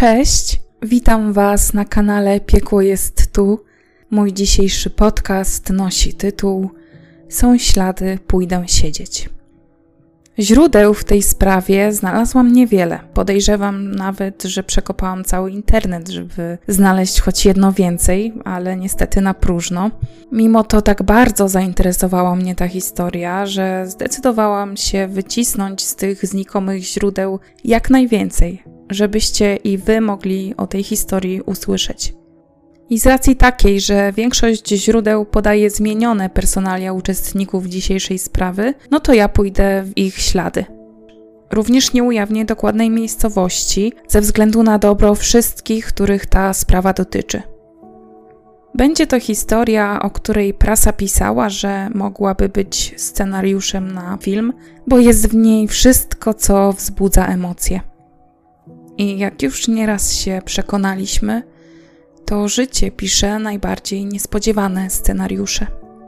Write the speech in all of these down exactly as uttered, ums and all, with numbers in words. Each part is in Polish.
Cześć, witam Was na kanale Piekło jest tu. Mój dzisiejszy podcast nosi tytuł Są ślady, pójdę siedzieć. Źródeł w tej sprawie znalazłam niewiele. Podejrzewam nawet, że przekopałam cały internet, żeby znaleźć choć jedno więcej, ale niestety na próżno. Mimo to tak bardzo zainteresowała mnie ta historia, że zdecydowałam się wycisnąć z tych znikomych źródeł jak najwięcej, żebyście i Wy mogli o tej historii usłyszeć. I z racji takiej, że większość źródeł podaje zmienione personalia uczestników dzisiejszej sprawy, no to ja pójdę w ich ślady. Również nie ujawnię dokładnej miejscowości, ze względu na dobro wszystkich, których ta sprawa dotyczy. Będzie to historia, o której prasa pisała, że mogłaby być scenariuszem na film, bo jest w niej wszystko, co wzbudza emocje. I jak już nieraz się przekonaliśmy, to życie pisze najbardziej niespodziewane scenariusze.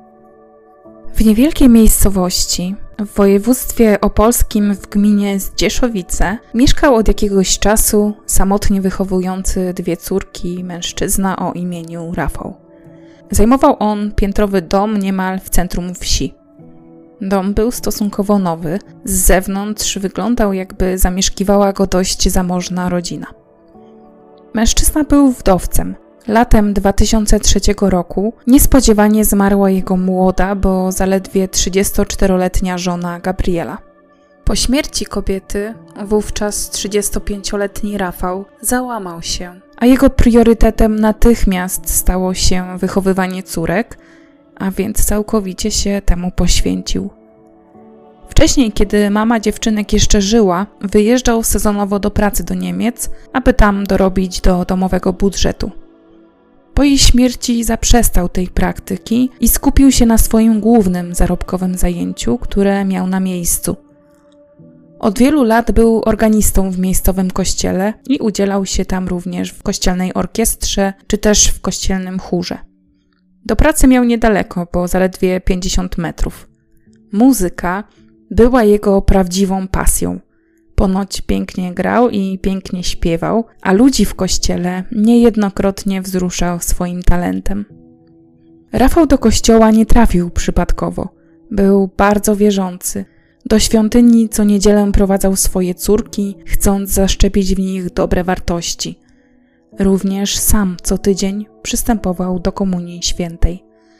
W niewielkiej miejscowości, w województwie opolskim w gminie Zdzieszowice, mieszkał od jakiegoś czasu samotnie wychowujący dwie córki mężczyzna o imieniu Rafał. Zajmował on piętrowy dom niemal w centrum wsi. Dom był stosunkowo nowy, z zewnątrz wyglądał, jakby zamieszkiwała go dość zamożna rodzina. Mężczyzna był wdowcem. Latem dwa tysiące trzeciego roku niespodziewanie zmarła jego młoda, bo zaledwie trzydziestoczteroletnia żona Gabriela. Po śmierci kobiety, wówczas trzydziestopięcioletni Rafał załamał się, a jego priorytetem natychmiast stało się wychowywanie córek, a więc całkowicie się temu poświęcił. Wcześniej, kiedy mama dziewczynek jeszcze żyła, wyjeżdżał sezonowo do pracy do Niemiec, aby tam dorobić do domowego budżetu. Po jej śmierci zaprzestał tej praktyki i skupił się na swoim głównym zarobkowym zajęciu, które miał na miejscu. Od wielu lat był organistą w miejscowym kościele i udzielał się tam również w kościelnej orkiestrze czy też w kościelnym chórze. Do pracy miał niedaleko, bo zaledwie pięćdziesiąt metrów. Muzyka była jego prawdziwą pasją. Ponoć pięknie grał i pięknie śpiewał, a ludzi w kościele niejednokrotnie wzruszał swoim talentem. Rafał do kościoła nie trafił przypadkowo. Był bardzo wierzący. Do świątyni co niedzielę prowadzał swoje córki, chcąc zaszczepić w nich dobre wartości. Również sam co tydzień przystępował do komunii świętej.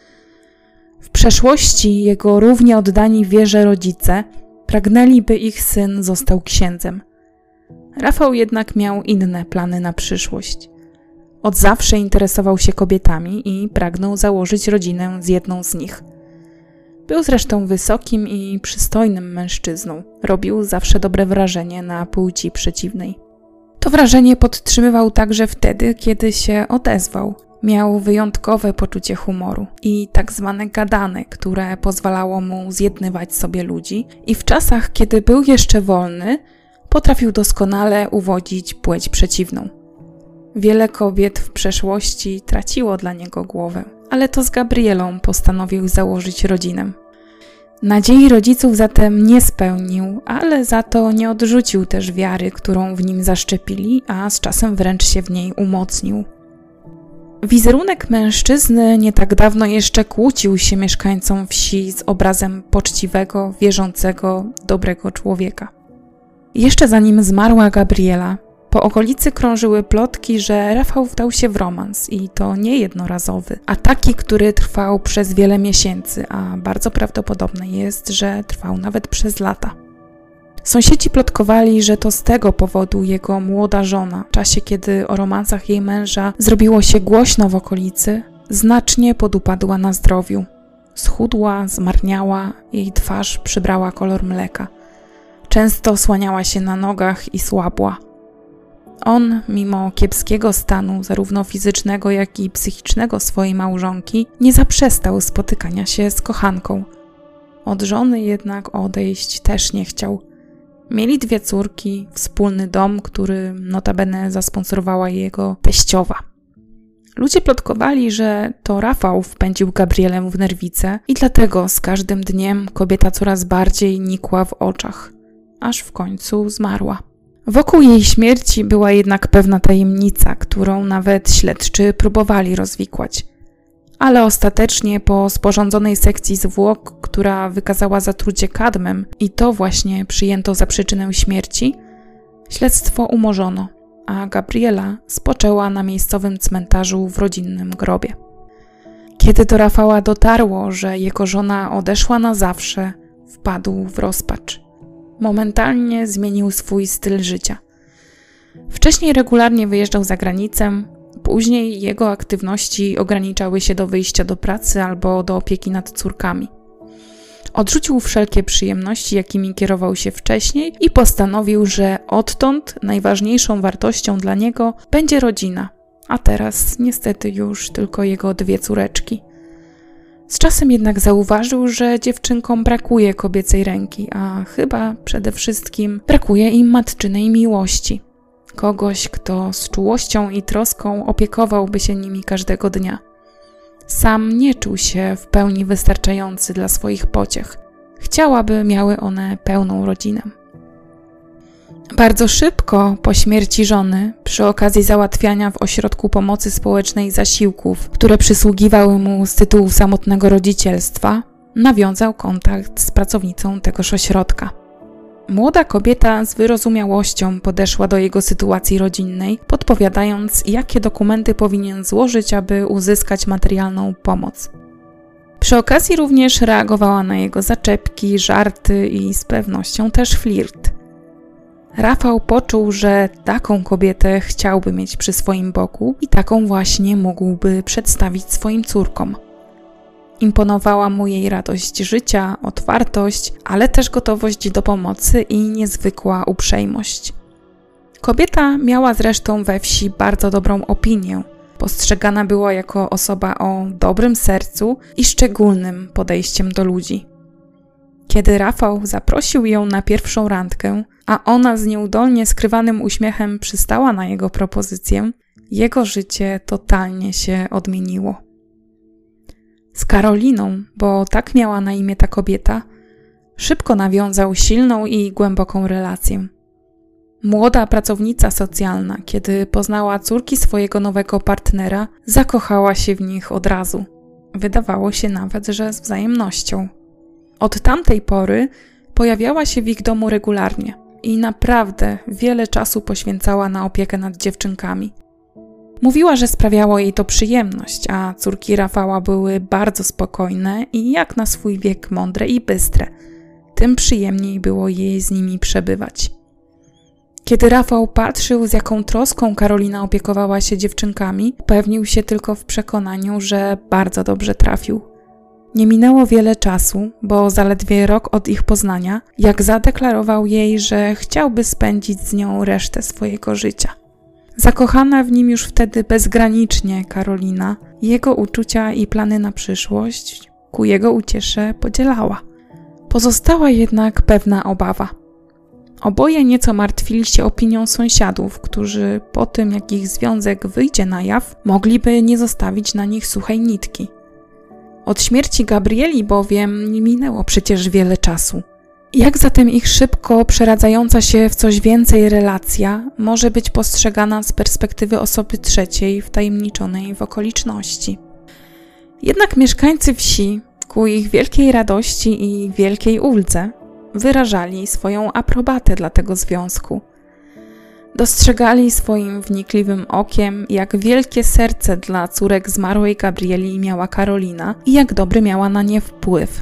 W przeszłości jego równie oddani wierze rodzice pragnęli, by ich syn został księdzem. Rafał jednak miał inne plany na przyszłość. Od zawsze interesował się kobietami i pragnął założyć rodzinę z jedną z nich. Był zresztą wysokim i przystojnym mężczyzną. Robił zawsze dobre wrażenie na płci przeciwnej. To wrażenie podtrzymywał także wtedy, kiedy się odezwał. Miał wyjątkowe poczucie humoru i tak zwane gadane, które pozwalało mu zjednywać sobie ludzi i w czasach, kiedy był jeszcze wolny, potrafił doskonale uwodzić płeć przeciwną. Wiele kobiet w przeszłości traciło dla niego głowę, ale to z Gabrielą postanowił założyć rodzinę. Nadziei rodziców zatem nie spełnił, ale za to nie odrzucił też wiary, którą w nim zaszczepili, a z czasem wręcz się w niej umocnił. Wizerunek mężczyzny nie tak dawno jeszcze kłócił się mieszkańcom wsi z obrazem poczciwego, wierzącego, dobrego człowieka. Jeszcze zanim zmarła Gabriela, po okolicy krążyły plotki, że Rafał wdał się w romans i to nie jednorazowy, a taki, który trwał przez wiele miesięcy, a bardzo prawdopodobne jest, że trwał nawet przez lata. Sąsiedzi plotkowali, że to z tego powodu jego młoda żona, w czasie kiedy o romansach jej męża zrobiło się głośno w okolicy, znacznie podupadła na zdrowiu. Schudła, zmarniała, jej twarz przybrała kolor mleka. Często słaniała się na nogach i słabła. On, mimo kiepskiego stanu, zarówno fizycznego, jak i psychicznego swojej małżonki, nie zaprzestał spotykania się z kochanką. Od żony jednak odejść też nie chciał. Mieli dwie córki, wspólny dom, który notabene zasponsorowała jego teściowa. Ludzie plotkowali, że to Rafał wpędził Gabrielę w nerwice i dlatego z każdym dniem kobieta coraz bardziej nikła w oczach, aż w końcu zmarła. Wokół jej śmierci była jednak pewna tajemnica, którą nawet śledczy próbowali rozwikłać. Ale ostatecznie po sporządzonej sekcji zwłok, która wykazała zatrucie kadmem i to właśnie przyjęto za przyczynę śmierci, śledztwo umorzono, a Gabriela spoczęła na miejscowym cmentarzu w rodzinnym grobie. Kiedy do Rafała dotarło, że jego żona odeszła na zawsze, wpadł w rozpacz. Momentalnie zmienił swój styl życia. Wcześniej regularnie wyjeżdżał za granicę, później jego aktywności ograniczały się do wyjścia do pracy albo do opieki nad córkami. Odrzucił wszelkie przyjemności, jakimi kierował się wcześniej i postanowił, że odtąd najważniejszą wartością dla niego będzie rodzina, a teraz niestety już tylko jego dwie córeczki. Z czasem jednak zauważył, że dziewczynkom brakuje kobiecej ręki, a chyba przede wszystkim brakuje im matczynej miłości. Kogoś, kto z czułością i troską opiekowałby się nimi każdego dnia. Sam nie czuł się w pełni wystarczający dla swoich pociech. Chciał, aby miały one pełną rodzinę. Bardzo szybko po śmierci żony, przy okazji załatwiania w ośrodku pomocy społecznej zasiłków, które przysługiwały mu z tytułu samotnego rodzicielstwa, nawiązał kontakt z pracownicą tegoż ośrodka. Młoda kobieta z wyrozumiałością podeszła do jego sytuacji rodzinnej, podpowiadając, jakie dokumenty powinien złożyć, aby uzyskać materialną pomoc. Przy okazji również reagowała na jego zaczepki, żarty i z pewnością też flirt. Rafał poczuł, że taką kobietę chciałby mieć przy swoim boku i taką właśnie mógłby przedstawić swoim córkom. Imponowała mu jej radość życia, otwartość, ale też gotowość do pomocy i niezwykła uprzejmość. Kobieta miała zresztą we wsi bardzo dobrą opinię. Postrzegana była jako osoba o dobrym sercu i szczególnym podejściem do ludzi. Kiedy Rafał zaprosił ją na pierwszą randkę, a ona z nieudolnie skrywanym uśmiechem przystała na jego propozycję, jego życie totalnie się odmieniło. Z Karoliną, bo tak miała na imię ta kobieta, szybko nawiązał silną i głęboką relację. Młoda pracownica socjalna, kiedy poznała córki swojego nowego partnera, zakochała się w nich od razu. Wydawało się nawet, że z wzajemnością. Od tamtej pory pojawiała się w ich domu regularnie i naprawdę wiele czasu poświęcała na opiekę nad dziewczynkami. Mówiła, że sprawiało jej to przyjemność, a córki Rafała były bardzo spokojne i jak na swój wiek mądre i bystre. Tym przyjemniej było jej z nimi przebywać. Kiedy Rafał patrzył, z jaką troską Karolina opiekowała się dziewczynkami, upewnił się tylko w przekonaniu, że bardzo dobrze trafił. Nie minęło wiele czasu, bo zaledwie rok od ich poznania, jak zadeklarował jej, że chciałby spędzić z nią resztę swojego życia. Zakochana w nim już wtedy bezgranicznie Karolina, jego uczucia i plany na przyszłość ku jego uciesze podzielała. Pozostała jednak pewna obawa. Oboje nieco martwili się opinią sąsiadów, którzy po tym, jak ich związek wyjdzie na jaw, mogliby nie zostawić na nich suchej nitki. Od śmierci Gabrieli bowiem nie minęło przecież wiele czasu. Jak zatem ich szybko przeradzająca się w coś więcej relacja może być postrzegana z perspektywy osoby trzeciej wtajemniczonej w okoliczności? Jednak mieszkańcy wsi, ku ich wielkiej radości i wielkiej uldze, wyrażali swoją aprobatę dla tego związku. Dostrzegali swoim wnikliwym okiem, jak wielkie serce dla córek zmarłej Gabrieli miała Karolina i jak dobry miała na nie wpływ.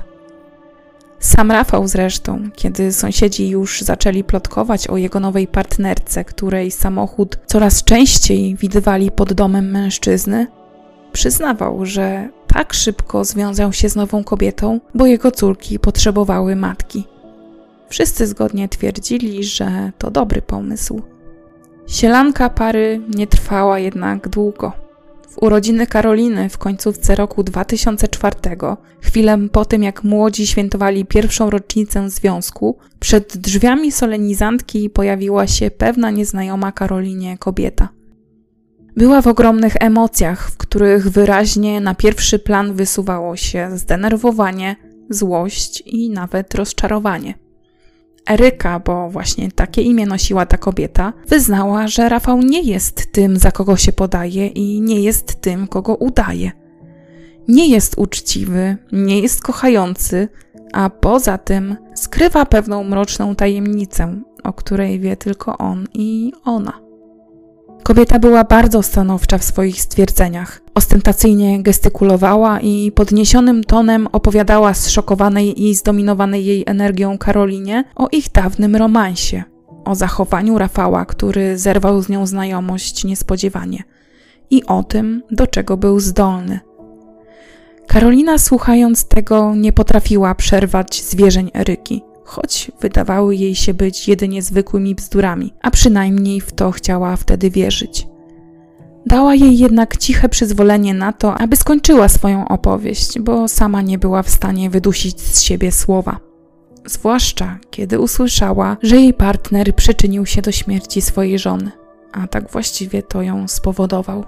Sam Rafał zresztą, kiedy sąsiedzi już zaczęli plotkować o jego nowej partnerce, której samochód coraz częściej widywali pod domem mężczyzny, przyznawał, że tak szybko związał się z nową kobietą, bo jego córki potrzebowały matki. Wszyscy zgodnie twierdzili, że to dobry pomysł. Sielanka pary nie trwała jednak długo. W urodziny Karoliny w końcówce roku dwa tysiące czwartego, chwilę po tym jak młodzi świętowali pierwszą rocznicę związku, przed drzwiami solenizantki pojawiła się pewna nieznajoma Karolinie kobieta. Była w ogromnych emocjach, w których wyraźnie na pierwszy plan wysuwało się zdenerwowanie, złość i nawet rozczarowanie. Eryka, bo właśnie takie imię nosiła ta kobieta, wyznała, że Rafał nie jest tym, za kogo się podaje i nie jest tym, kogo udaje. Nie jest uczciwy, nie jest kochający, a poza tym skrywa pewną mroczną tajemnicę, o której wie tylko on i ona. Kobieta była bardzo stanowcza w swoich stwierdzeniach. Ostentacyjnie gestykulowała i podniesionym tonem opowiadała zszokowanej i zdominowanej jej energią Karolinie o ich dawnym romansie, o zachowaniu Rafała, który zerwał z nią znajomość niespodziewanie i o tym, do czego był zdolny. Karolina, słuchając tego, nie potrafiła przerwać zwierzeń Eryki, choć wydawały jej się być jedynie zwykłymi bzdurami, a przynajmniej w to chciała wtedy wierzyć. Dała jej jednak ciche przyzwolenie na to, aby skończyła swoją opowieść, bo sama nie była w stanie wydusić z siebie słowa. Zwłaszcza, kiedy usłyszała, że jej partner przyczynił się do śmierci swojej żony, a tak właściwie to ją spowodował.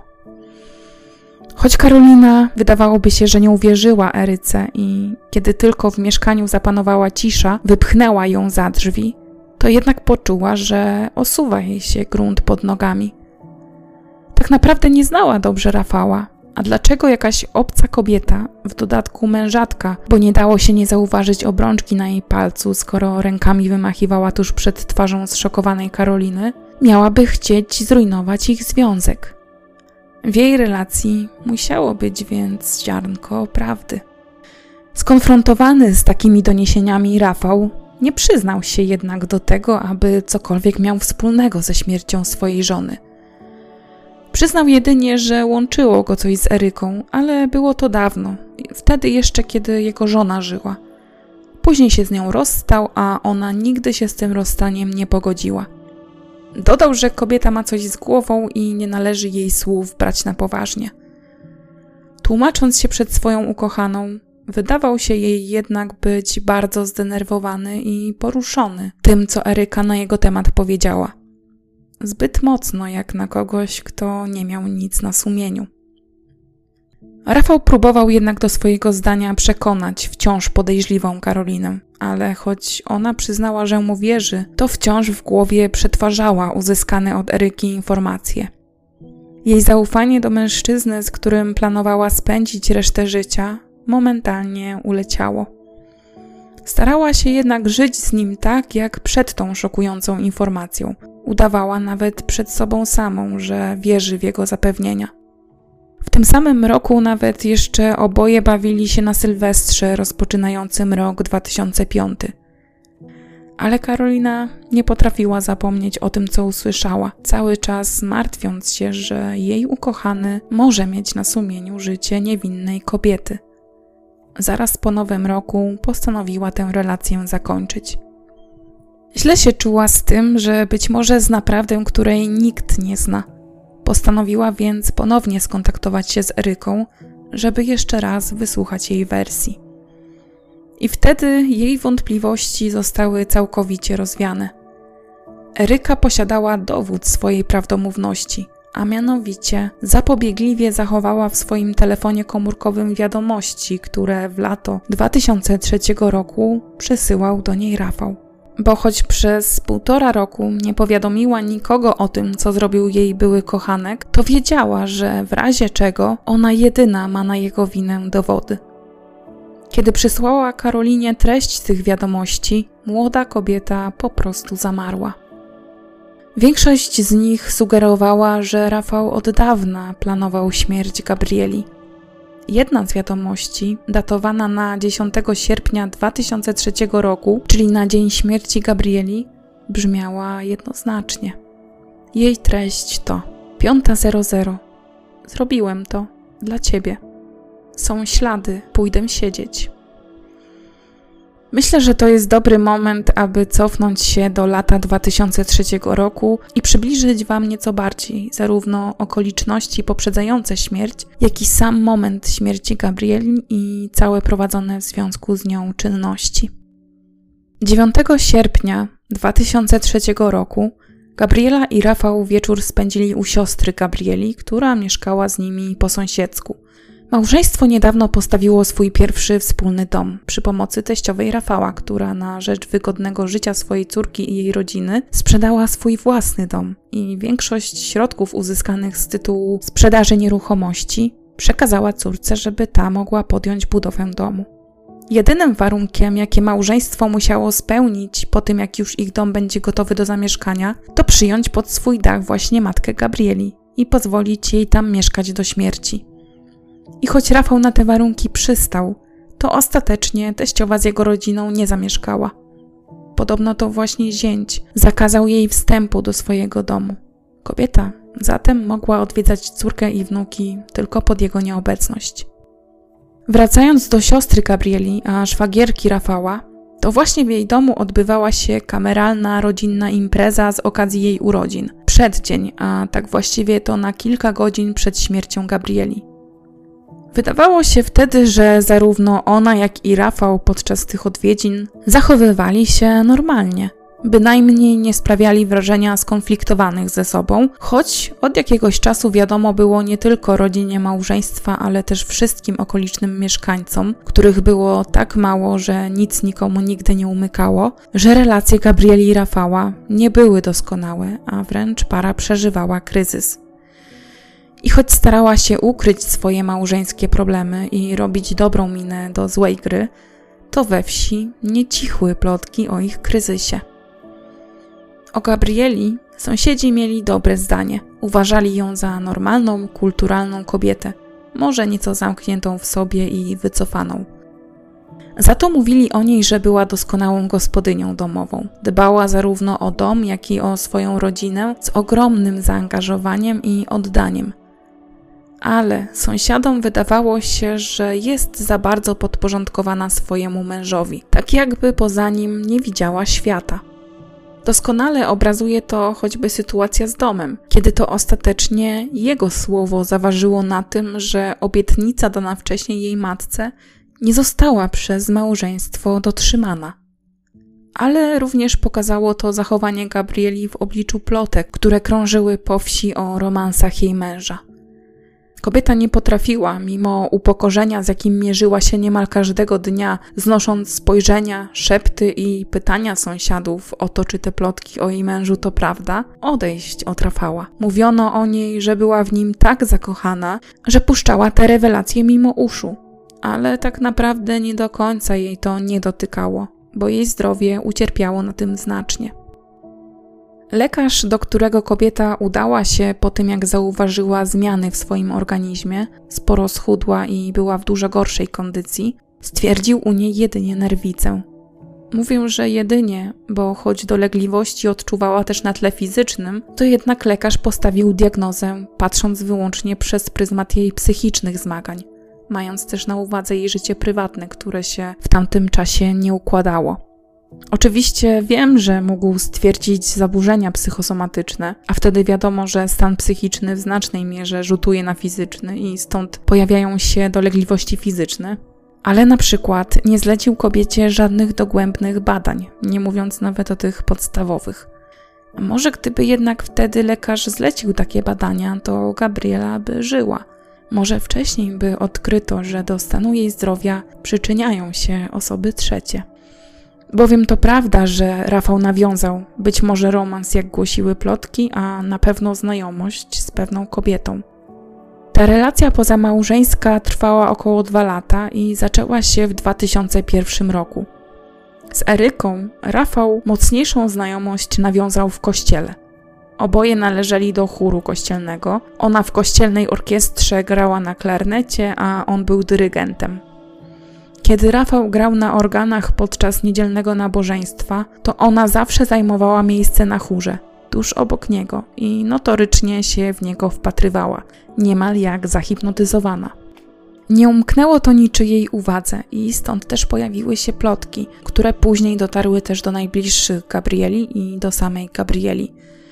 Choć Karolina wydawałoby się, że nie uwierzyła Eryce i kiedy tylko w mieszkaniu zapanowała cisza, wypchnęła ją za drzwi, to jednak poczuła, że osuwa jej się grunt pod nogami. Tak naprawdę nie znała dobrze Rafała, a dlaczego jakaś obca kobieta, w dodatku mężatka, bo nie dało się nie zauważyć obrączki na jej palcu, skoro rękami wymachiwała tuż przed twarzą zszokowanej Karoliny, miałaby chcieć zrujnować ich związek. W jej relacji musiało być więc ziarnko prawdy. Skonfrontowany z takimi doniesieniami Rafał nie przyznał się jednak do tego, aby cokolwiek miał wspólnego ze śmiercią swojej żony. Przyznał jedynie, że łączyło go coś z Eryką, ale było to dawno, wtedy jeszcze, kiedy jego żona żyła. Później się z nią rozstał, a ona nigdy się z tym rozstaniem nie pogodziła. Dodał, że kobieta ma coś z głową i nie należy jej słów brać na poważnie. Tłumacząc się przed swoją ukochaną, wydawał się jej jednak być bardzo zdenerwowany i poruszony tym, co Eryka na jego temat powiedziała. Zbyt mocno jak na kogoś, kto nie miał nic na sumieniu. Rafał próbował jednak do swojego zdania przekonać wciąż podejrzliwą Karolinę, ale choć ona przyznała, że mu wierzy, to wciąż w głowie przetwarzała uzyskane od Eryki informacje. Jej zaufanie do mężczyzny, z którym planowała spędzić resztę życia, momentalnie uleciało. Starała się jednak żyć z nim tak, jak przed tą szokującą informacją. Udawała nawet przed sobą samą, że wierzy w jego zapewnienia. W tym samym roku nawet jeszcze oboje bawili się na Sylwestrze rozpoczynającym rok dwa tysiące piąty. Ale Karolina nie potrafiła zapomnieć o tym, co usłyszała, cały czas martwiąc się, że jej ukochany może mieć na sumieniu życie niewinnej kobiety. Zaraz po nowym roku postanowiła tę relację zakończyć. Źle się czuła z tym, że być może zna prawdę, której nikt nie zna. Postanowiła więc ponownie skontaktować się z Eryką, żeby jeszcze raz wysłuchać jej wersji. I wtedy jej wątpliwości zostały całkowicie rozwiane. Eryka posiadała dowód swojej prawdomówności, a mianowicie zapobiegliwie zachowała w swoim telefonie komórkowym wiadomości, które w lato dwa tysiące trzeciego roku przesyłał do niej Rafał. Bo choć przez półtora roku nie powiadomiła nikogo o tym, co zrobił jej były kochanek, to wiedziała, że w razie czego ona jedyna ma na jego winę dowody. Kiedy przysłała Karolinie treść tych wiadomości, młoda kobieta po prostu zamarła. Większość z nich sugerowała, że Rafał od dawna planował śmierć Gabrieli. Jedna z wiadomości, datowana na dziesiątego sierpnia dwa tysiące trzeciego roku, czyli na dzień śmierci Gabrieli, brzmiała jednoznacznie. Jej treść to: piąta zero zero. Zrobiłem to dla ciebie. Są ślady, pójdę siedzieć. Myślę, że to jest dobry moment, aby cofnąć się do lata dwa tysiące trzeciego roku i przybliżyć Wam nieco bardziej zarówno okoliczności poprzedzające śmierć, jak i sam moment śmierci Gabrieli i całe prowadzone w związku z nią czynności. dziewiątego sierpnia dwa tysiące trzeciego roku Gabriela i Rafał wieczór spędzili u siostry Gabrieli, która mieszkała z nimi po sąsiedzku, Małżeństwo niedawno postawiło swój pierwszy wspólny dom przy pomocy teściowej Rafała, która na rzecz wygodnego życia swojej córki i jej rodziny sprzedała swój własny dom i większość środków uzyskanych z tytułu sprzedaży nieruchomości przekazała córce, żeby ta mogła podjąć budowę domu. Jedynym warunkiem, jakie małżeństwo musiało spełnić po tym, jak już ich dom będzie gotowy do zamieszkania, to przyjąć pod swój dach właśnie matkę Gabrieli i pozwolić jej tam mieszkać do śmierci. I choć Rafał na te warunki przystał, to ostatecznie teściowa z jego rodziną nie zamieszkała. Podobno to właśnie zięć zakazał jej wstępu do swojego domu. Kobieta zatem mogła odwiedzać córkę i wnuki tylko pod jego nieobecność. Wracając do siostry Gabrieli, a szwagierki Rafała, to właśnie w jej domu odbywała się kameralna, rodzinna impreza z okazji jej urodzin. Przeddzień, a tak właściwie to na kilka godzin przed śmiercią Gabrieli. Wydawało się wtedy, że zarówno ona, jak i Rafał podczas tych odwiedzin zachowywali się normalnie. Bynajmniej nie sprawiali wrażenia skonfliktowanych ze sobą, choć od jakiegoś czasu wiadomo było nie tylko rodzinie małżeństwa, ale też wszystkim okolicznym mieszkańcom, których było tak mało, że nic nikomu nigdy nie umykało, że relacje Gabrieli i Rafała nie były doskonałe, a wręcz para przeżywała kryzys. I choć starała się ukryć swoje małżeńskie problemy i robić dobrą minę do złej gry, to we wsi nie cichły plotki o ich kryzysie. O Gabrieli sąsiedzi mieli dobre zdanie. Uważali ją za normalną, kulturalną kobietę, może nieco zamkniętą w sobie i wycofaną. Za to mówili o niej, że była doskonałą gospodynią domową. Dbała zarówno o dom, jak i o swoją rodzinę z ogromnym zaangażowaniem i oddaniem. Ale sąsiadom wydawało się, że jest za bardzo podporządkowana swojemu mężowi, tak jakby poza nim nie widziała świata. Doskonale obrazuje to choćby sytuacja z domem, kiedy to ostatecznie jego słowo zaważyło na tym, że obietnica dana wcześniej jej matce nie została przez małżeństwo dotrzymana. Ale również pokazało to zachowanie Gabrieli w obliczu plotek, które krążyły po wsi o romansach jej męża. Kobieta nie potrafiła, mimo upokorzenia, z jakim mierzyła się niemal każdego dnia, znosząc spojrzenia, szepty i pytania sąsiadów o to, czy te plotki o jej mężu to prawda, odejść od Rafała. Mówiono o niej, że była w nim tak zakochana, że puszczała te rewelacje mimo uszu. Ale tak naprawdę nie do końca jej to nie dotykało, bo jej zdrowie ucierpiało na tym znacznie. Lekarz, do którego kobieta udała się po tym, jak zauważyła zmiany w swoim organizmie, sporo schudła i była w dużo gorszej kondycji, stwierdził u niej jedynie nerwicę. Mówię, że jedynie, bo choć dolegliwości odczuwała też na tle fizycznym, to jednak lekarz postawił diagnozę, patrząc wyłącznie przez pryzmat jej psychicznych zmagań, mając też na uwadze jej życie prywatne, które się w tamtym czasie nie układało. Oczywiście wiem, że mógł stwierdzić zaburzenia psychosomatyczne, a wtedy wiadomo, że stan psychiczny w znacznej mierze rzutuje na fizyczny i stąd pojawiają się dolegliwości fizyczne, ale na przykład nie zlecił kobiecie żadnych dogłębnych badań, nie mówiąc nawet o tych podstawowych. Może gdyby jednak wtedy lekarz zlecił takie badania, to Gabriela by żyła. Może wcześniej by odkryto, że do stanu jej zdrowia przyczyniają się osoby trzecie. Bowiem to prawda, że Rafał nawiązał być może romans, jak głosiły plotki, a na pewno znajomość z pewną kobietą. Ta relacja pozamałżeńska trwała około dwa lata i zaczęła się w dwa tysiące pierwszym roku. Z Eryką Rafał mocniejszą znajomość nawiązał w kościele. Oboje należeli do chóru kościelnego. Ona w kościelnej orkiestrze grała na klarnecie, a on był dyrygentem. Kiedy Rafał grał na organach podczas niedzielnego nabożeństwa, to ona zawsze zajmowała miejsce na chórze, tuż obok niego i notorycznie się w niego wpatrywała, niemal jak zahipnotyzowana. Nie umknęło to niczyjej uwadze i stąd też pojawiły się plotki, które później dotarły też do najbliższych Gabrieli i do samej Gabrieli.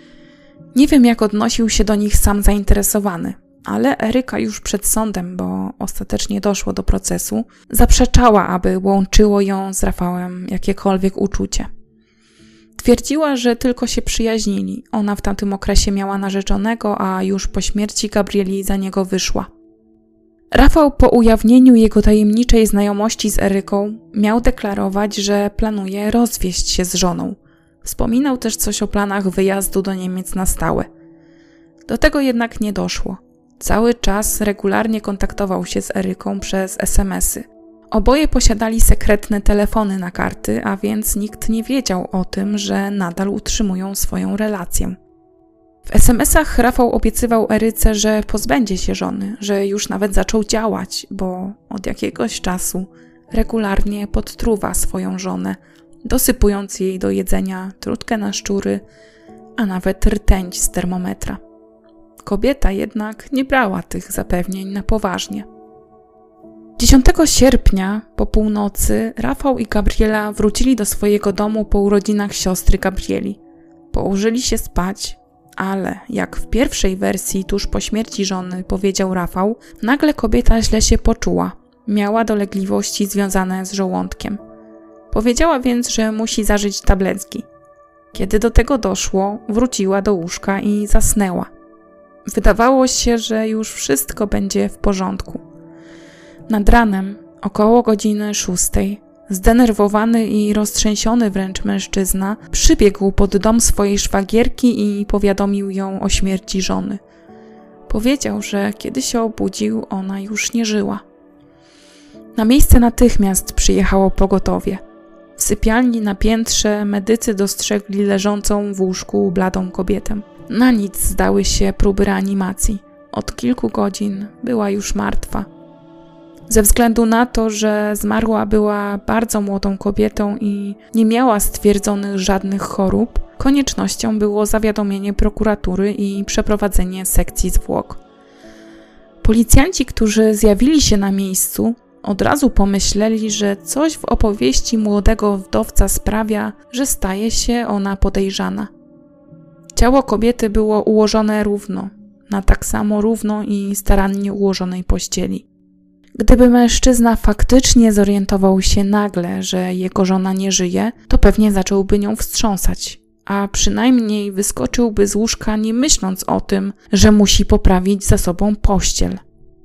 Nie wiem, jak odnosił się do nich sam zainteresowany, ale Eryka już przed sądem, bo ostatecznie doszło do procesu, zaprzeczała, aby łączyło ją z Rafałem jakiekolwiek uczucie. Twierdziła, że tylko się przyjaźnili. Ona w tamtym okresie miała narzeczonego, a już po śmierci Gabrieli za niego wyszła. Rafał po ujawnieniu jego tajemniczej znajomości z Eryką miał deklarować, że planuje rozwieść się z żoną. Wspominał też coś o planach wyjazdu do Niemiec na stałe. Do tego jednak nie doszło. Cały czas regularnie kontaktował się z Eryką przez es em esy. Oboje posiadali sekretne telefony na karty, a więc nikt nie wiedział o tym, że nadal utrzymują swoją relację. W es em esach Rafał obiecywał Eryce, że pozbędzie się żony, że już nawet zaczął działać, bo od jakiegoś czasu regularnie podtruwa swoją żonę, dosypując jej do jedzenia trutkę na szczury, a nawet rtęć z termometra. Kobieta jednak nie brała tych zapewnień na poważnie. dziesiątego sierpnia po północy Rafał i Gabriela wrócili do swojego domu po urodzinach siostry Gabrieli. Położyli się spać, ale jak w pierwszej wersji tuż po śmierci żony powiedział Rafał, nagle kobieta źle się poczuła. Miała dolegliwości związane z żołądkiem. Powiedziała więc, że musi zażyć tabletki. Kiedy do tego doszło, wróciła do łóżka i zasnęła. Wydawało się, że już wszystko będzie w porządku. Nad ranem, około godziny szóstej, zdenerwowany i roztrzęsiony wręcz mężczyzna przybiegł pod dom swojej szwagierki i powiadomił ją o śmierci żony. Powiedział, że kiedy się obudził, ona już nie żyła. Na miejsce natychmiast przyjechało pogotowie. W sypialni na piętrze medycy dostrzegli leżącą w łóżku bladą kobietę. Na nic zdały się próby reanimacji. Od kilku godzin była już martwa. Ze względu na to, że zmarła była bardzo młodą kobietą i nie miała stwierdzonych żadnych chorób, koniecznością było zawiadomienie prokuratury i przeprowadzenie sekcji zwłok. Policjanci, którzy zjawili się na miejscu, od razu pomyśleli, że coś w opowieści młodego wdowca sprawia, że staje się ona podejrzana. Ciało kobiety było ułożone równo, na tak samo równo i starannie ułożonej pościeli. Gdyby mężczyzna faktycznie zorientował się nagle, że jego żona nie żyje, to pewnie zacząłby nią wstrząsać, a przynajmniej wyskoczyłby z łóżka nie myśląc o tym, że musi poprawić za sobą pościel.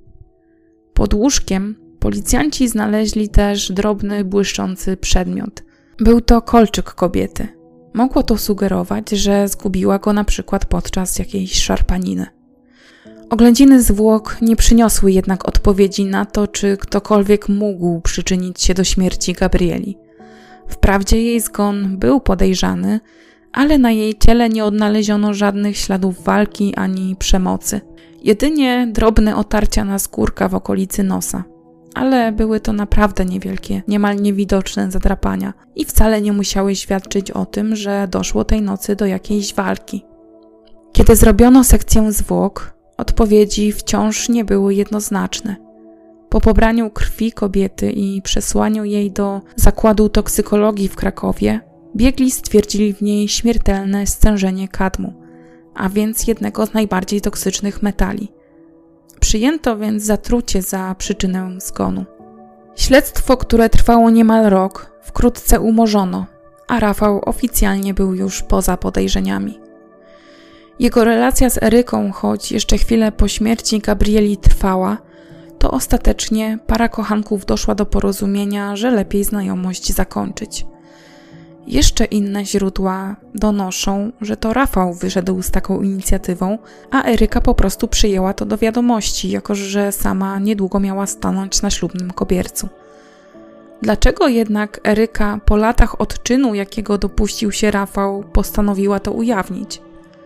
Pod łóżkiem policjanci znaleźli też drobny, błyszczący przedmiot. Był to kolczyk kobiety. Mogło to sugerować, że zgubiła go na przykład podczas jakiejś szarpaniny. Oględziny zwłok nie przyniosły jednak odpowiedzi na to, czy ktokolwiek mógł przyczynić się do śmierci Gabrieli. Wprawdzie jej zgon był podejrzany, ale na jej ciele nie odnaleziono żadnych śladów walki ani przemocy. Jedynie drobne otarcia naskórka w okolicy nosa. Ale były to naprawdę niewielkie, niemal niewidoczne zadrapania i wcale nie musiały świadczyć o tym, że doszło tej nocy do jakiejś walki. Kiedy zrobiono sekcję zwłok, odpowiedzi wciąż nie były jednoznaczne. Po pobraniu krwi kobiety i przesłaniu jej do zakładu toksykologii w Krakowie, biegli stwierdzili w niej śmiertelne stężenie kadmu, a więc jednego z najbardziej toksycznych metali. Przyjęto więc zatrucie za przyczynę zgonu. Śledztwo, które trwało niemal rok, wkrótce umorzono, a Rafał oficjalnie był już poza podejrzeniami. Jego relacja z Eryką, choć jeszcze chwilę po śmierci Gabrieli trwała, to ostatecznie para kochanków doszła do porozumienia, że lepiej znajomość zakończyć. Jeszcze inne źródła donoszą, że to Rafał wyszedł z taką inicjatywą, a Eryka po prostu przyjęła to do wiadomości, jako że sama niedługo miała stanąć na ślubnym kobiercu. Dlaczego jednak Eryka po latach odczynu, jakiego dopuścił się Rafał, postanowiła to ujawnić?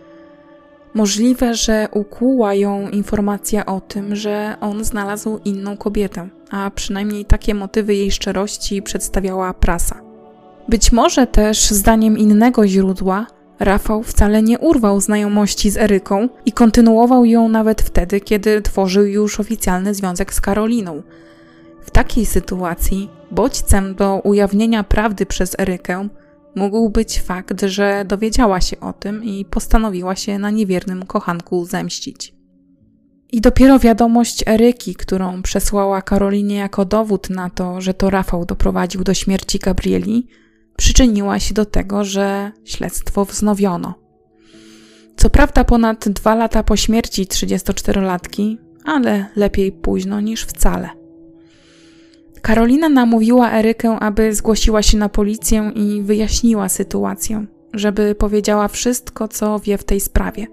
Możliwe, że ukłuła ją informacja o tym, że on znalazł inną kobietę, a przynajmniej takie motywy jej szczerości przedstawiała prasa. Być może też, zdaniem innego źródła, Rafał wcale nie urwał znajomości z Eryką i kontynuował ją nawet wtedy, kiedy tworzył już oficjalny związek z Karoliną. W takiej sytuacji bodźcem do ujawnienia prawdy przez Erykę mógł być fakt, że dowiedziała się o tym i postanowiła się na niewiernym kochanku zemścić. I dopiero wiadomość Eryki, którą przesłała Karolinie jako dowód na to, że to Rafał doprowadził do śmierci Gabrieli, przyczyniła się do tego, że śledztwo wznowiono. Co prawda ponad dwa lata po śmierci trzydziestoczterolatki ale lepiej późno niż wcale. Karolina namówiła Erykę, aby zgłosiła się na policję i wyjaśniła sytuację, żeby powiedziała wszystko, co wie w tej sprawie.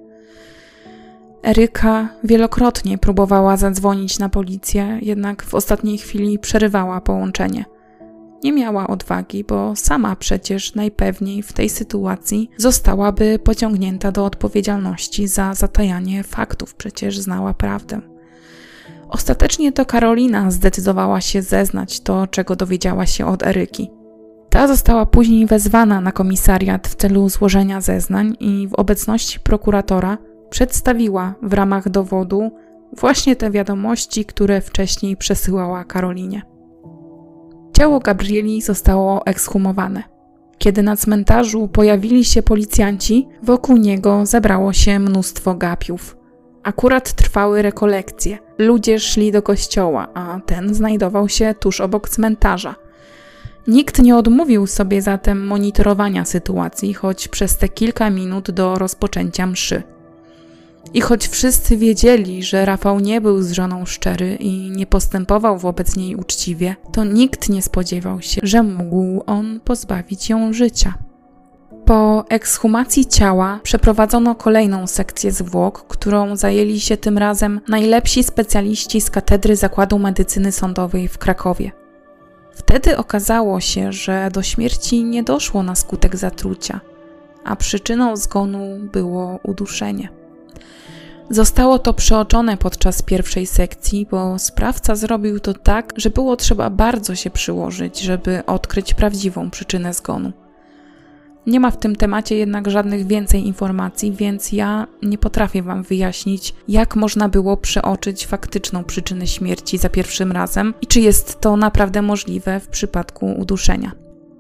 Eryka wielokrotnie próbowała zadzwonić na policję, jednak w ostatniej chwili przerywała połączenie. Nie miała odwagi, bo sama przecież najpewniej w tej sytuacji zostałaby pociągnięta do odpowiedzialności za zatajanie faktów, przecież znała prawdę. Ostatecznie to Karolina zdecydowała się zeznać to, czego dowiedziała się od Eryki. Ta została później wezwana na komisariat w celu złożenia zeznań i w obecności prokuratora przedstawiła w ramach dowodu właśnie te wiadomości, które wcześniej przesyłała Karolinie. Ciało Gabrieli zostało ekshumowane. Kiedy na cmentarzu pojawili się policjanci, wokół niego zebrało się mnóstwo gapiów. Akurat trwały rekolekcje. Ludzie szli do kościoła, a ten znajdował się tuż obok cmentarza. Nikt nie odmówił sobie zatem monitorowania sytuacji, choć przez te kilka minut do rozpoczęcia mszy. I choć wszyscy wiedzieli, że Rafał nie był z żoną szczery i nie postępował wobec niej uczciwie, to nikt nie spodziewał się, że mógł on pozbawić ją życia. Po ekshumacji ciała przeprowadzono kolejną sekcję zwłok, którą zajęli się tym razem najlepsi specjaliści z Katedry Zakładu Medycyny Sądowej w Krakowie. Wtedy okazało się, że do śmierci nie doszło na skutek zatrucia, a przyczyną zgonu było uduszenie. Zostało to przeoczone podczas pierwszej sekcji, bo sprawca zrobił to tak, że było trzeba bardzo się przyłożyć, żeby odkryć prawdziwą przyczynę zgonu. Nie ma w tym temacie jednak żadnych więcej informacji, więc ja nie potrafię Wam wyjaśnić, jak można było przeoczyć faktyczną przyczynę śmierci za pierwszym razem i czy jest to naprawdę możliwe w przypadku uduszenia.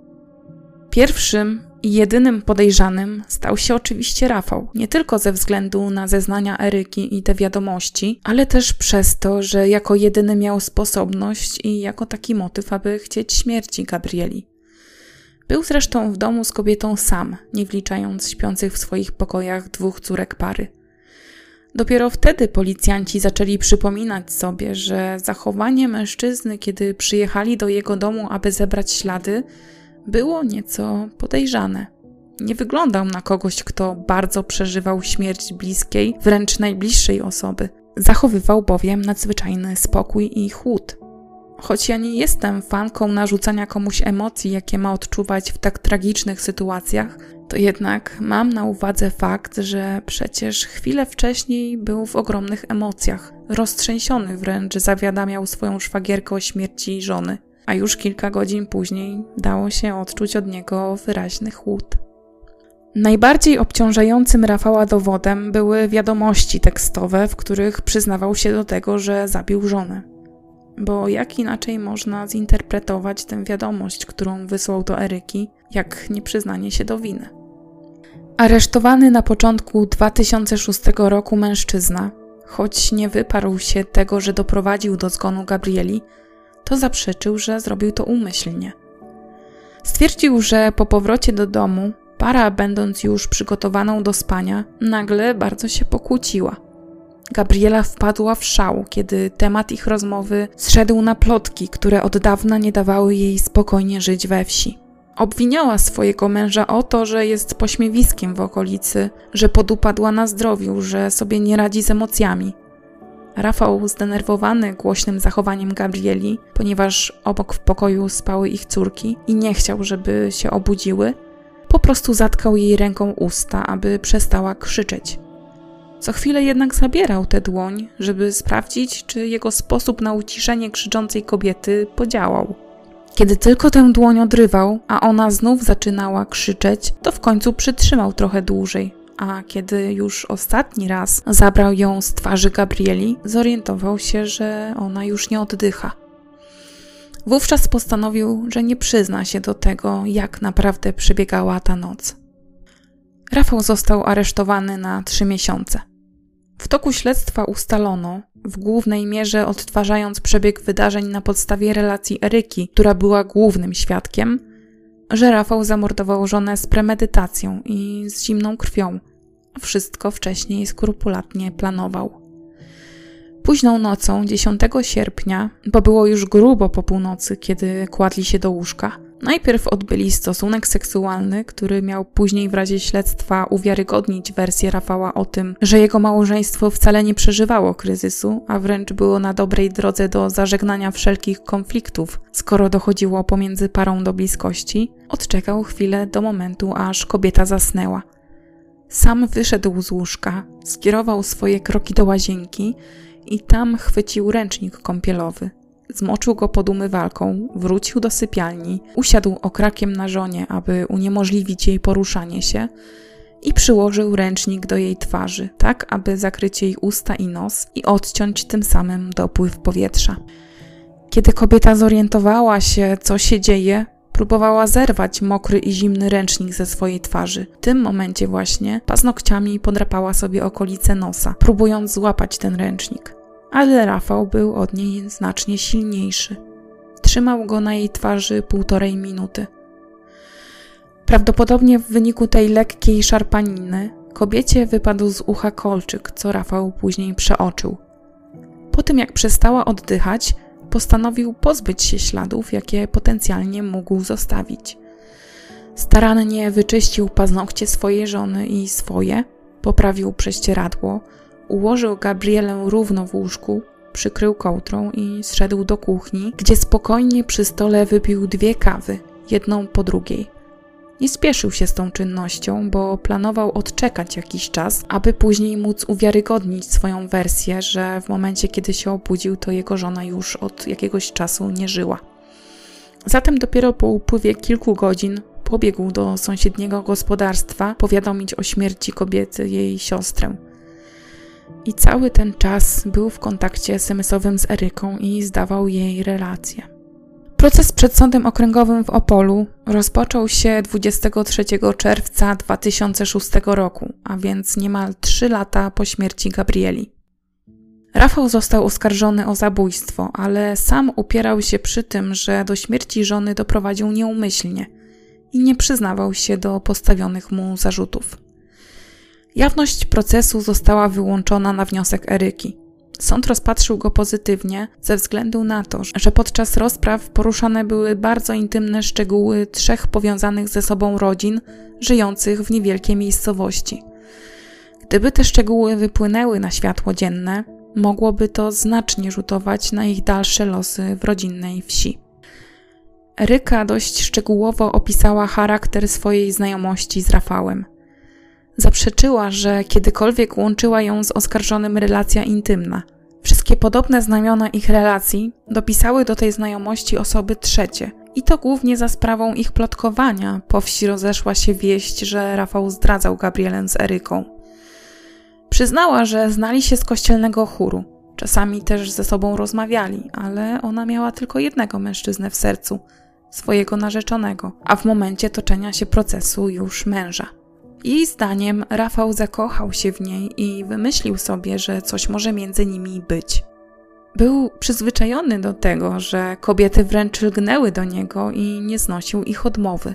Pierwszym i jedynym podejrzanym stał się oczywiście Rafał, nie tylko ze względu na zeznania Eryki i te wiadomości, ale też przez to, że jako jedyny miał sposobność i jako taki motyw, aby chcieć śmierci Gabrieli. Był zresztą w domu z kobietą sam, nie wliczając śpiących w swoich pokojach dwóch córek pary. Dopiero wtedy policjanci zaczęli przypominać sobie, że zachowanie mężczyzny, kiedy przyjechali do jego domu, aby zebrać ślady, było nieco podejrzane. Nie wyglądał na kogoś, kto bardzo przeżywał śmierć bliskiej, wręcz najbliższej osoby. Zachowywał bowiem nadzwyczajny spokój i chłód. Choć ja nie jestem fanką narzucania komuś emocji, jakie ma odczuwać w tak tragicznych sytuacjach, to jednak mam na uwadze fakt, że przecież chwilę wcześniej był w ogromnych emocjach. Roztrzęsiony wręcz zawiadamiał swoją szwagierkę o śmierci żony, a już kilka godzin później dało się odczuć od niego wyraźny chłód. Najbardziej obciążającym Rafała dowodem były wiadomości tekstowe, w których przyznawał się do tego, że zabił żonę. Bo jak inaczej można zinterpretować tę wiadomość, którą wysłał do Eryki, jak nieprzyznanie się do winy? Aresztowany na początku dwa tysiące szóstego roku mężczyzna, choć nie wyparł się tego, że doprowadził do zgonu Gabrieli, to zaprzeczył, że zrobił to umyślnie. Stwierdził, że po powrocie do domu para, będąc już przygotowaną do spania, nagle bardzo się pokłóciła. Gabriela wpadła w szał, kiedy temat ich rozmowy zszedł na plotki, które od dawna nie dawały jej spokojnie żyć we wsi. Obwiniała swojego męża o to, że jest pośmiewiskiem w okolicy, że podupadła na zdrowiu, że sobie nie radzi z emocjami. Rafał, zdenerwowany głośnym zachowaniem Gabrieli, ponieważ obok w pokoju spały ich córki i nie chciał, żeby się obudziły, po prostu zatkał jej ręką usta, aby przestała krzyczeć. Co chwilę jednak zabierał tę dłoń, żeby sprawdzić, czy jego sposób na uciszenie krzyczącej kobiety podziałał. Kiedy tylko tę dłoń odrywał, a ona znów zaczynała krzyczeć, to w końcu przytrzymał trochę dłużej, a kiedy już ostatni raz zabrał ją z twarzy Gabrieli, zorientował się, że ona już nie oddycha. Wówczas postanowił, że nie przyzna się do tego, jak naprawdę przebiegała ta noc. Rafał został aresztowany na trzy miesiące. W toku śledztwa ustalono, w głównej mierze odtwarzając przebieg wydarzeń na podstawie relacji Eryki, która była głównym świadkiem, że Rafał zamordował żonę z premedytacją i z zimną krwią, a wszystko wcześniej skrupulatnie planował. Późną nocą, dziesiątego sierpnia, bo było już grubo po północy, kiedy kładli się do łóżka, najpierw odbyli stosunek seksualny, który miał później w razie śledztwa uwiarygodnić wersję Rafała o tym, że jego małżeństwo wcale nie przeżywało kryzysu, a wręcz było na dobrej drodze do zażegnania wszelkich konfliktów, skoro dochodziło pomiędzy parą do bliskości. Odczekał chwilę do momentu, aż kobieta zasnęła. Sam wyszedł z łóżka, skierował swoje kroki do łazienki i tam chwycił ręcznik kąpielowy. Zmoczył go pod umywalką, wrócił do sypialni, usiadł okrakiem na żonie, aby uniemożliwić jej poruszanie się i przyłożył ręcznik do jej twarzy, tak aby zakryć jej usta i nos i odciąć tym samym dopływ powietrza. Kiedy kobieta zorientowała się, co się dzieje, próbowała zerwać mokry i zimny ręcznik ze swojej twarzy. W tym momencie właśnie paznokciami podrapała sobie okolice nosa, próbując złapać ten ręcznik. Ale Rafał był od niej znacznie silniejszy. Trzymał go na jej twarzy półtorej minuty. Prawdopodobnie w wyniku tej lekkiej szarpaniny kobiecie wypadł z ucha kolczyk, co Rafał później przeoczył. Po tym jak przestała oddychać, postanowił pozbyć się śladów, jakie potencjalnie mógł zostawić. Starannie wyczyścił paznokcie swojej żony i swoje, poprawił prześcieradło, ułożył Gabrielę równo w łóżku, przykrył kołdrą i zszedł do kuchni, gdzie spokojnie przy stole wypił dwie kawy, jedną po drugiej. Nie spieszył się z tą czynnością, bo planował odczekać jakiś czas, aby później móc uwiarygodnić swoją wersję, że w momencie, kiedy się obudził, to jego żona już od jakiegoś czasu nie żyła. Zatem dopiero po upływie kilku godzin pobiegł do sąsiedniego gospodarstwa powiadomić o śmierci kobiety jej siostrę. I cały ten czas był w kontakcie es em esowym z Eryką i zdawał jej relacje. Proces przed Sądem Okręgowym w Opolu rozpoczął się dwudziestego trzeciego czerwca dwa tysiące szóstego roku, a więc niemal trzy lata po śmierci Gabrieli. Rafał został oskarżony o zabójstwo, ale sam upierał się przy tym, że do śmierci żony doprowadził nieumyślnie i nie przyznawał się do postawionych mu zarzutów. Jawność procesu została wyłączona na wniosek Eryki. Sąd rozpatrzył go pozytywnie ze względu na to, że podczas rozpraw poruszane były bardzo intymne szczegóły trzech powiązanych ze sobą rodzin żyjących w niewielkiej miejscowości. Gdyby te szczegóły wypłynęły na światło dzienne, mogłoby to znacznie rzutować na ich dalsze losy w rodzinnej wsi. Eryka dość szczegółowo opisała charakter swojej znajomości z Rafałem. Zaprzeczyła, że kiedykolwiek łączyła ją z oskarżonym relacja intymna. Wszystkie podobne znamiona ich relacji dopisały do tej znajomości osoby trzecie. I to głównie za sprawą ich plotkowania po wsi rozeszła się wieść, że Rafał zdradzał Gabrielę z Eryką. Przyznała, że znali się z kościelnego chóru. Czasami też ze sobą rozmawiali, ale ona miała tylko jednego mężczyznę w sercu, swojego narzeczonego, a w momencie toczenia się procesu już męża. Jej zdaniem Rafał zakochał się w niej i wymyślił sobie, że coś może między nimi być. Był przyzwyczajony do tego, że kobiety wręcz lgnęły do niego i nie znosił ich odmowy.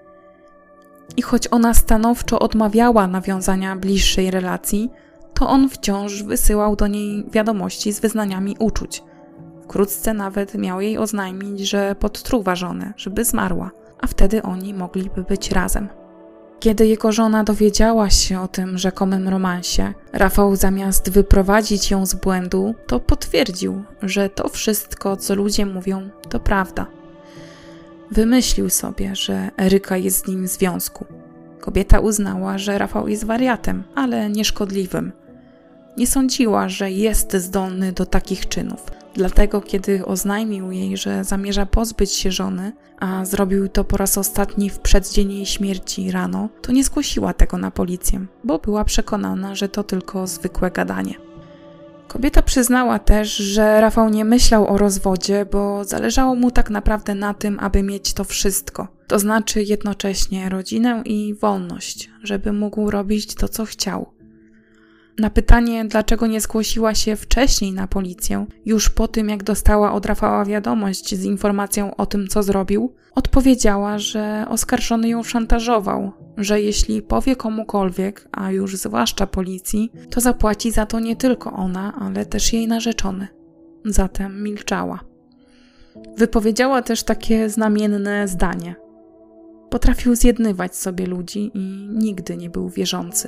I choć ona stanowczo odmawiała nawiązania bliższej relacji, to on wciąż wysyłał do niej wiadomości z wyznaniami uczuć. Wkrótce nawet miał jej oznajmić, że podtruwa żonę, żeby zmarła, a wtedy oni mogliby być razem. Kiedy jego żona dowiedziała się o tym rzekomym romansie, Rafał zamiast wyprowadzić ją z błędu, to potwierdził, że to wszystko, co ludzie mówią, to prawda. Wymyślił sobie, że Eryka jest z nim w związku. Kobieta uznała, że Rafał jest wariatem, ale nieszkodliwym. Nie sądziła, że jest zdolny do takich czynów. Dlatego, kiedy oznajmił jej, że zamierza pozbyć się żony, a zrobił to po raz ostatni w przeddzień jej śmierci rano, to nie zgłosiła tego na policję, bo była przekonana, że to tylko zwykłe gadanie. Kobieta przyznała też, że Rafał nie myślał o rozwodzie, bo zależało mu tak naprawdę na tym, aby mieć to wszystko. To znaczy jednocześnie rodzinę i wolność, żeby mógł robić to, co chciał. Na pytanie, dlaczego nie zgłosiła się wcześniej na policję, już po tym jak dostała od Rafała wiadomość z informacją o tym, co zrobił, odpowiedziała, że oskarżony ją szantażował, że jeśli powie komukolwiek, a już zwłaszcza policji, to zapłaci za to nie tylko ona, ale też jej narzeczony. Zatem milczała. Wypowiedziała też takie znamienne zdanie. Potrafił zjednywać sobie ludzi i nigdy nie był wierzący.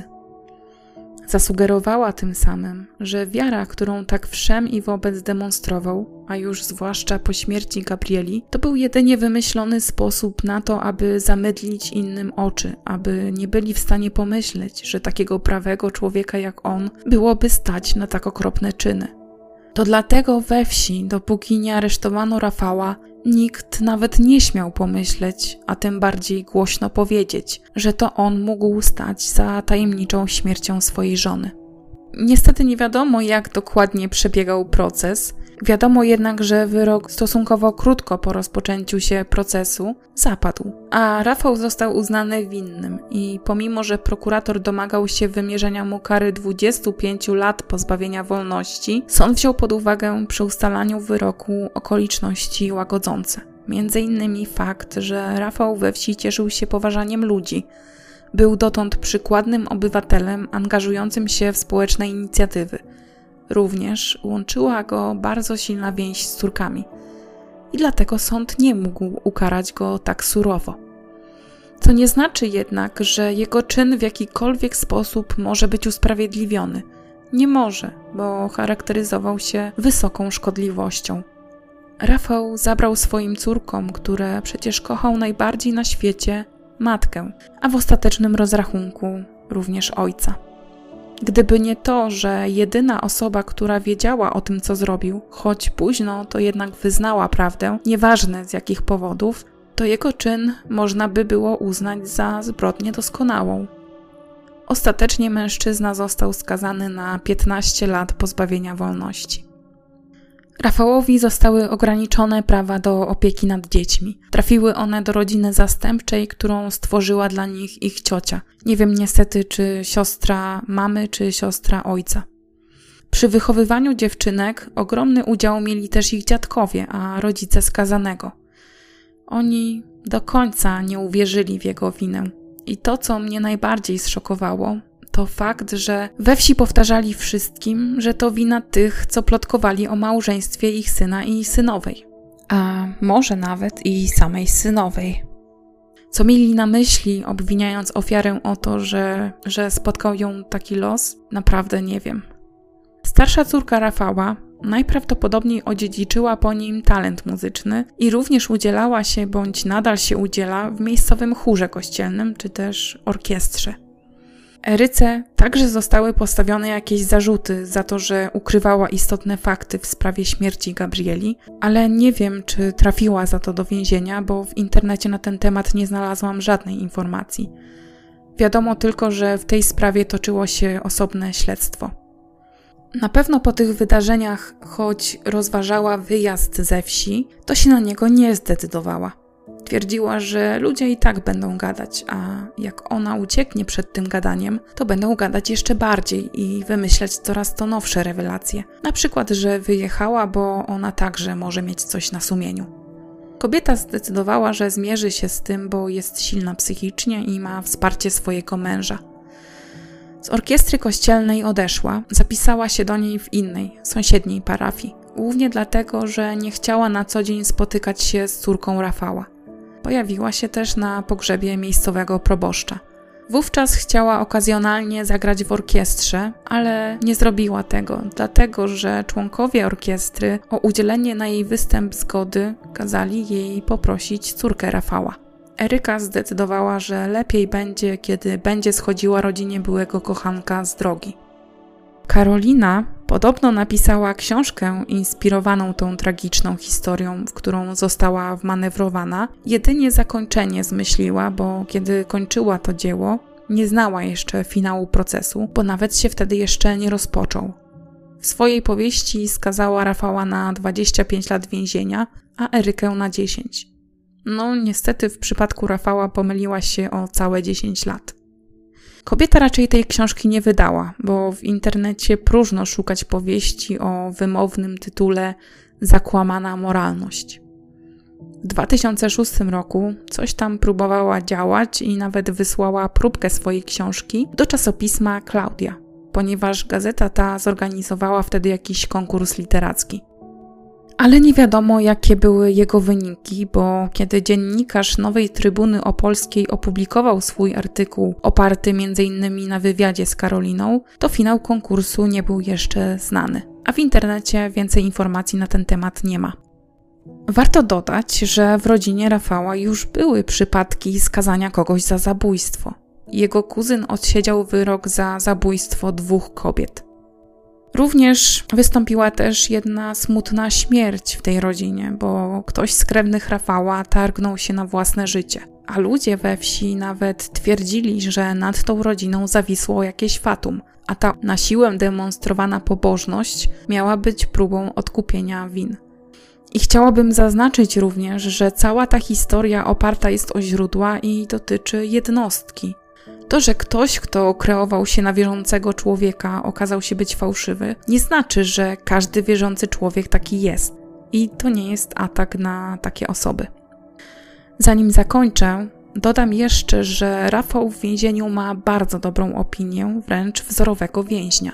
Zasugerowała tym samym, że wiara, którą tak wszem i wobec demonstrował, a już zwłaszcza po śmierci Gabrieli, to był jedynie wymyślony sposób na to, aby zamydlić innym oczy, aby nie byli w stanie pomyśleć, że takiego prawego człowieka jak on byłoby stać na tak okropne czyny. To dlatego we wsi, dopóki nie aresztowano Rafała, nikt nawet nie śmiał pomyśleć, a tym bardziej głośno powiedzieć, że to on mógł stać za tajemniczą śmiercią swojej żony. Niestety nie wiadomo, jak dokładnie przebiegał proces. Wiadomo jednak, że wyrok stosunkowo krótko po rozpoczęciu się procesu zapadł, a Rafał został uznany winnym i pomimo, że prokurator domagał się wymierzenia mu kary dwudziestu pięciu lat pozbawienia wolności, sąd wziął pod uwagę przy ustalaniu wyroku okoliczności łagodzące. Między innymi fakt, że Rafał we wsi cieszył się poważaniem ludzi. Był dotąd przykładnym obywatelem angażującym się w społeczne inicjatywy. Również łączyła go bardzo silna więź z córkami i dlatego sąd nie mógł ukarać go tak surowo. Co nie znaczy jednak, że jego czyn w jakikolwiek sposób może być usprawiedliwiony. Nie może, bo charakteryzował się wysoką szkodliwością. Rafał zabrał swoim córkom, które przecież kochał najbardziej na świecie, matkę, a w ostatecznym rozrachunku również ojca. Gdyby nie to, że jedyna osoba, która wiedziała o tym, co zrobił, choć późno, to jednak wyznała prawdę, nieważne z jakich powodów, to jego czyn można by było uznać za zbrodnię doskonałą. Ostatecznie mężczyzna został skazany na piętnaście lat pozbawienia wolności. Rafałowi zostały ograniczone prawa do opieki nad dziećmi. Trafiły one do rodziny zastępczej, którą stworzyła dla nich ich ciocia. Nie wiem niestety, czy siostra mamy, czy siostra ojca. Przy wychowywaniu dziewczynek ogromny udział mieli też ich dziadkowie, a rodzice skazanego. Oni do końca nie uwierzyli w jego winę. I to, co mnie najbardziej zszokowało, to fakt, że we wsi powtarzali wszystkim, że to wina tych, co plotkowali o małżeństwie ich syna i synowej. A może nawet i samej synowej. Co mieli na myśli, obwiniając ofiarę o to, że, że spotkał ją taki los? Naprawdę nie wiem. Starsza córka Rafała najprawdopodobniej odziedziczyła po nim talent muzyczny i również udzielała się, bądź nadal się udziela, w miejscowym chórze kościelnym, czy też orkiestrze. Eryce także zostały postawione jakieś zarzuty za to, że ukrywała istotne fakty w sprawie śmierci Gabrieli, ale nie wiem, czy trafiła za to do więzienia, bo w internecie na ten temat nie znalazłam żadnej informacji. Wiadomo tylko, że w tej sprawie toczyło się osobne śledztwo. Na pewno po tych wydarzeniach, choć rozważała wyjazd ze wsi, to się na niego nie zdecydowała. Twierdziła, że ludzie i tak będą gadać, a jak ona ucieknie przed tym gadaniem, to będą gadać jeszcze bardziej i wymyślać coraz to nowsze rewelacje. Na przykład, że wyjechała, bo ona także może mieć coś na sumieniu. Kobieta zdecydowała, że zmierzy się z tym, bo jest silna psychicznie i ma wsparcie swojego męża. Z orkiestry kościelnej odeszła, zapisała się do niej w innej, sąsiedniej parafii. Głównie dlatego, że nie chciała na co dzień spotykać się z córką Rafała. Pojawiła się też na pogrzebie miejscowego proboszcza. Wówczas chciała okazjonalnie zagrać w orkiestrze, ale nie zrobiła tego, dlatego że członkowie orkiestry o udzielenie na jej występ zgody kazali jej poprosić córkę Rafała. Eryka zdecydowała, że lepiej będzie, kiedy będzie schodziła rodzinie byłego kochanka z drogi. Karolina podobno napisała książkę inspirowaną tą tragiczną historią, w którą została wmanewrowana. Jedynie zakończenie zmyśliła, bo kiedy kończyła to dzieło, nie znała jeszcze finału procesu, bo nawet się wtedy jeszcze nie rozpoczął. W swojej powieści skazała Rafała na dwadzieścia pięć lat więzienia, a Erykę na dziesięć. No niestety w przypadku Rafała pomyliła się o całe dziesięć lat. Kobieta raczej tej książki nie wydała, bo w internecie próżno szukać powieści o wymownym tytule Zakłamana moralność. W dwa tysiące szóstym roku coś tam próbowała działać i nawet wysłała próbkę swojej książki do czasopisma Klaudia, ponieważ gazeta ta zorganizowała wtedy jakiś konkurs literacki. Ale nie wiadomo, jakie były jego wyniki, bo kiedy dziennikarz Nowej Trybuny Opolskiej opublikował swój artykuł oparty między innymi na wywiadzie z Karoliną, to finał konkursu nie był jeszcze znany, a w internecie więcej informacji na ten temat nie ma. Warto dodać, że w rodzinie Rafała już były przypadki skazania kogoś za zabójstwo. Jego kuzyn odsiedział wyrok za zabójstwo dwóch kobiet. Również wystąpiła też jedna smutna śmierć w tej rodzinie, bo ktoś z krewnych Rafała targnął się na własne życie. A ludzie we wsi nawet twierdzili, że nad tą rodziną zawisło jakieś fatum, a ta na siłę demonstrowana pobożność miała być próbą odkupienia win. I chciałabym zaznaczyć również, że cała ta historia oparta jest o źródła i dotyczy jednostki. To, że ktoś, kto kreował się na wierzącego człowieka, okazał się być fałszywy, nie znaczy, że każdy wierzący człowiek taki jest. I to nie jest atak na takie osoby. Zanim zakończę, dodam jeszcze, że Rafał w więzieniu ma bardzo dobrą opinię, wręcz wzorowego więźnia.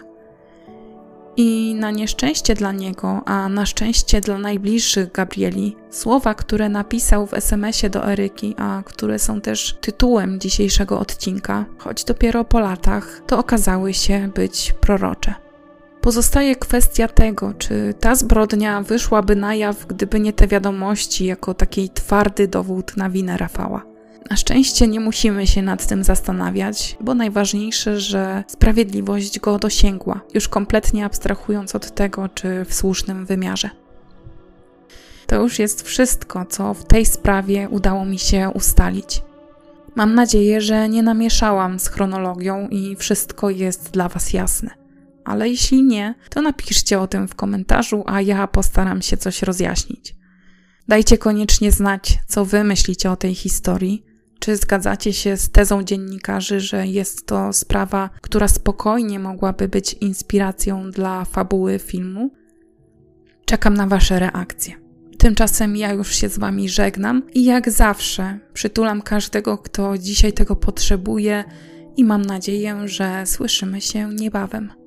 I na nieszczęście dla niego, a na szczęście dla najbliższych Gabrieli, słowa, które napisał w es em esie do Eryki, a które są też tytułem dzisiejszego odcinka, choć dopiero po latach, to okazały się być prorocze. Pozostaje kwestia tego, czy ta zbrodnia wyszłaby na jaw, gdyby nie te wiadomości jako taki twardy dowód na winę Rafała. Na szczęście nie musimy się nad tym zastanawiać, bo najważniejsze, że sprawiedliwość go dosięgła, już kompletnie abstrahując od tego, czy w słusznym wymiarze. To już jest wszystko, co w tej sprawie udało mi się ustalić. Mam nadzieję, że nie namieszałam z chronologią i wszystko jest dla Was jasne. Ale jeśli nie, to napiszcie o tym w komentarzu, a ja postaram się coś rozjaśnić. Dajcie koniecznie znać, co Wy myślicie o tej historii. Czy zgadzacie się z tezą dziennikarzy, że jest to sprawa, która spokojnie mogłaby być inspiracją dla fabuły filmu? Czekam na Wasze reakcje. Tymczasem ja już się z Wami żegnam i jak zawsze przytulam każdego, kto dzisiaj tego potrzebuje i mam nadzieję, że słyszymy się niebawem.